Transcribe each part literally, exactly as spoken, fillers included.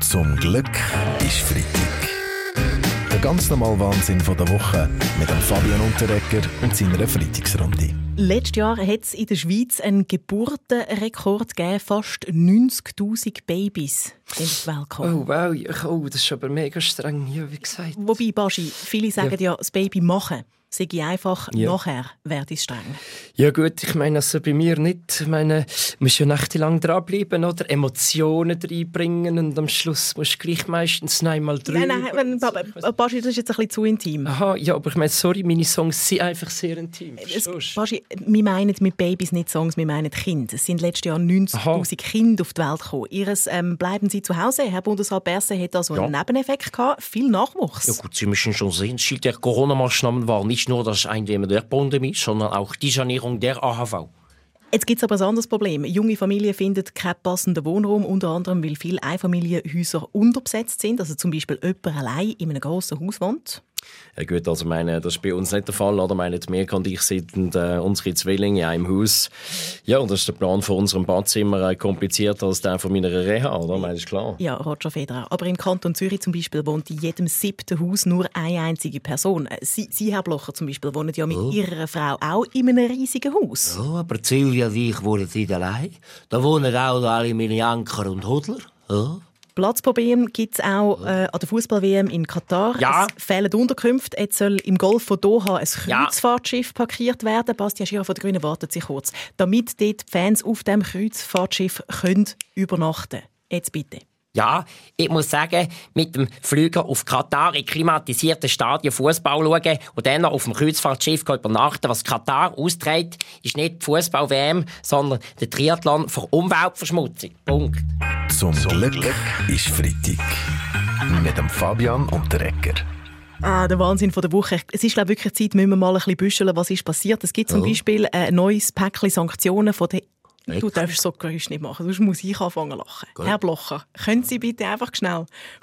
Zum Glück ist Freitag. Der ganz normale Wahnsinn von der Woche mit dem Fabian Unterreger und seiner Freitagsrunde. Letztes Jahr hat es in der Schweiz einen Geburtenrekord gegeben. Fast neunzigtausend Babys sind auf die Welt gekommen. Oh wow, oh, das ist aber mega streng, ja, wie gesagt. Wobei, Baschi, viele sagen ja, ja das Baby machen sei einfach, ja. Nachher werde es streng. Ja gut, ich meine, also bei mir nicht. Ich meine, du musst ja nächtelang dranbleiben oder Emotionen reinbringen und am Schluss musst du gleich meistens noch einmal drüber. Nein, nein, Baschi, das ist jetzt ein bisschen zu intim. Aha, ja, aber ich meine, sorry, meine Songs sind einfach sehr intim. Es, Baschi, wir meinen mit Babys nicht Songs, wir meinen Kinder. Es sind letztes Jahr neunzigtausend Kinder auf die Welt gekommen. Ihres ähm, «Bleiben Sie zu Hause», Herr Bundesrat Berset, hat also ja. einen Nebeneffekt gehabt, viel Nachwuchs. Ja gut, Sie müssen schon sehen, Ziel der Corona-Maßnahmen war nicht nur das Eindämmen der Pandemie, sondern auch die Sanierung der A H V. Jetzt gibt es aber ein anderes Problem. Junge Familien finden keinen passenden Wohnraum, unter anderem, weil viele Einfamilienhäuser unterbesetzt sind, also zum Beispiel jemand allein in einem grossen Haus wohnt. Ja gut, also meine, das ist bei uns nicht der Fall. Oder meine, Mirka und ich sind äh, unsere Zwillinge in einem Haus. Ja, und das ist der Plan von unserem Badzimmer äh, komplizierter als der von meiner Reha, oder? Meine, ist klar. Ja, Roger Federer. Aber im Kanton Zürich zum Beispiel wohnt in jedem siebten Haus nur eine einzige Person. Sie, Sie Herr Blocher zum Beispiel, wohnen ja mit oh. Ihrer Frau auch in einem riesigen Haus. Ja, aber Silvia und ich wohnen nicht allein. Da wohnen auch alle meine Anker und Hodler. Ja. Platzprobleme gibt es auch äh, an der Fußball-W M in Katar. Ja. Es fehlen Unterkünfte. Jetzt soll im Golf von Doha ein Kreuzfahrtschiff parkiert werden. Bastian Schirrer von der Grünen wartet sich kurz. Damit dort die Fans auf dem Kreuzfahrtschiff können übernachten können. Jetzt bitte. Ja, ich muss sagen, mit dem Flüger auf Katar in klimatisierten Stadien Fußball schauen und dann noch auf dem Kreuzfahrtschiff übernachten, was Katar austrägt, ist nicht die Fußball-W M, sondern der Triathlon vor Umweltverschmutzung. Punkt. Zum Glück ist Freitag. Mit dem Fabian Unterreger. Ah, der Wahnsinn von der Woche. Es ist glaube ich, wirklich Zeit, müssen wir mal ein bisschen büscheln, was ist passiert. Es gibt zum oh. Beispiel ein neues Päckchen Sanktionen von der Du darfst so Geräusche nicht machen, sonst muss ich anfangen zu lachen. Gut. Herr Blocher, können Sie bitte einfach schnell...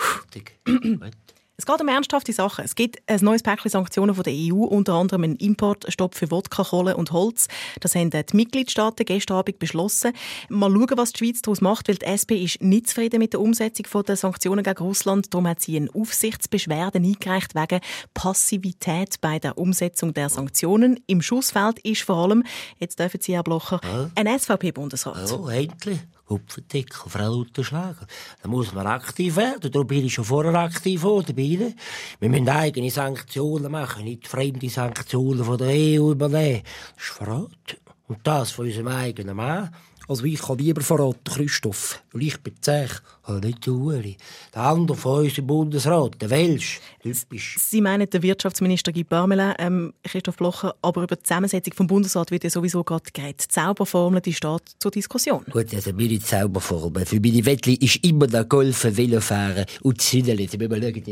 Es geht um ernsthafte Sachen. Es gibt ein neues Päckchen Sanktionen von der E U, unter anderem einen Importstopp für Wodka, Kohle und Holz. Das haben die Mitgliedstaaten gestern Abend beschlossen. Mal schauen, was die Schweiz daraus macht, weil die S P ist nicht zufrieden mit der Umsetzung der Sanktionen gegen Russland. Darum hat sie eine Aufsichtsbeschwerde eingereicht wegen Passivität bei der Umsetzung der Sanktionen. Im Schussfeld ist vor allem, jetzt dürfen Sie, Herr Blocher, ja. ein S V P-Bundesrat. Ja, endlich. Hupfendeckel, Frau Lutherschlager. Da muss man aktiv werden. Da bin ich schon vorher aktiv dabei. Wir müssen eigene Sanktionen machen, nicht fremde Sanktionen von der E U übernehmen. Das ist Verrat. Und das von unserem eigenen Mann. Also ich kann lieber verraten, Christoph. Weil ich bin zäh, aber nicht der Uri. Der andere von uns im Bundesrat, der Welsch. Typisch. Sie meinen den Wirtschaftsminister Guy Parmelin, ähm, Christoph Blocher, aber über die Zusammensetzung vom Bundesrat wird ja sowieso gerade geredet. Die Zauberformel, die steht zur Diskussion. Gut, also meine Zauberformel. Für meine Wettli ist immer der Golfen, Velofahren und Zündel. Wir,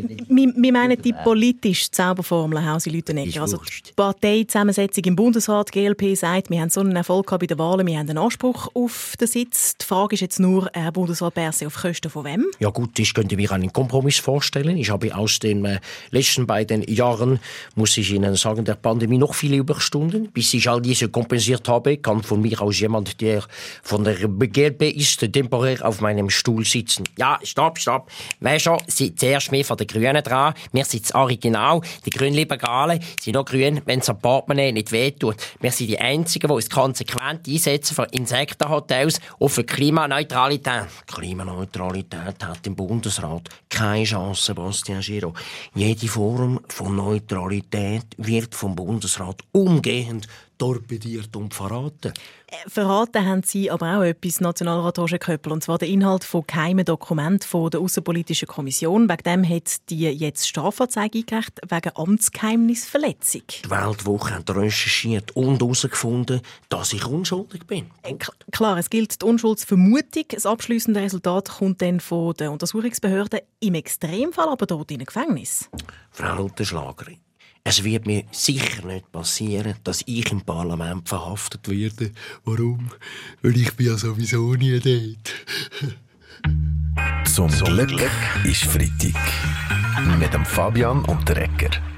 wir meinen die politische Zauberformel, Hausi Lüthenegger. Also die Parteizusammensetzung im Bundesrat, G L P sagt, wir haben so einen Erfolg bei den Wahlen, wir haben einen Anspruch auf den Sitz. Die Frage ist jetzt nur, Herr Bundesrat Berset, auf Kosten von wem? Ja gut, ich könnte mir einen Kompromiss vorstellen. Ich habe aus den äh, letzten beiden Jahren, muss ich Ihnen sagen, der Pandemie noch viele Überstunden. Bis ich all diese kompensiert habe, kann von mir aus jemand, der von der G L P ist, temporär auf meinem Stuhl sitzen. Ja, stopp, stopp. Weißt du, Sie zuerst mehr von den Grünen dran. Wir sind das Original. Die Grünliberalen sind noch grün, wenn es am Portemonnaie nicht wehtut. Wir sind die Einzigen, die uns konsequent einsetzen für Insektenhotels und für Klimaneutralität. Klimaneutralität hat im Bundesrat keine Chance, Sebastian Giraud. Jede Form von Neutralität wird vom Bundesrat umgehend torpediert und verraten. Verraten haben Sie aber auch etwas, Nationalrat Roger Köppel, und zwar den Inhalt von geheimen Dokumenten von der Aussenpolitischen Kommission. Wegen dem hat die jetzt Strafanzeige eingereicht, wegen Amtsgeheimnisverletzung. Die Weltwoche hat recherchiert und herausgefunden, dass ich unschuldig bin. Äh, klar, es gilt die Unschuldsvermutung. Das abschliessende Resultat kommt dann von den Untersuchungsbehörden. Im Extremfall aber dort in ein Gefängnis. Frau Lutherschlager, es wird mir sicher nicht passieren, dass ich im Parlament verhaftet werde. Warum? Weil ich bin ja sowieso nie dort. Zum Glück ist Freitag. Mit dem Fabian Unterreger.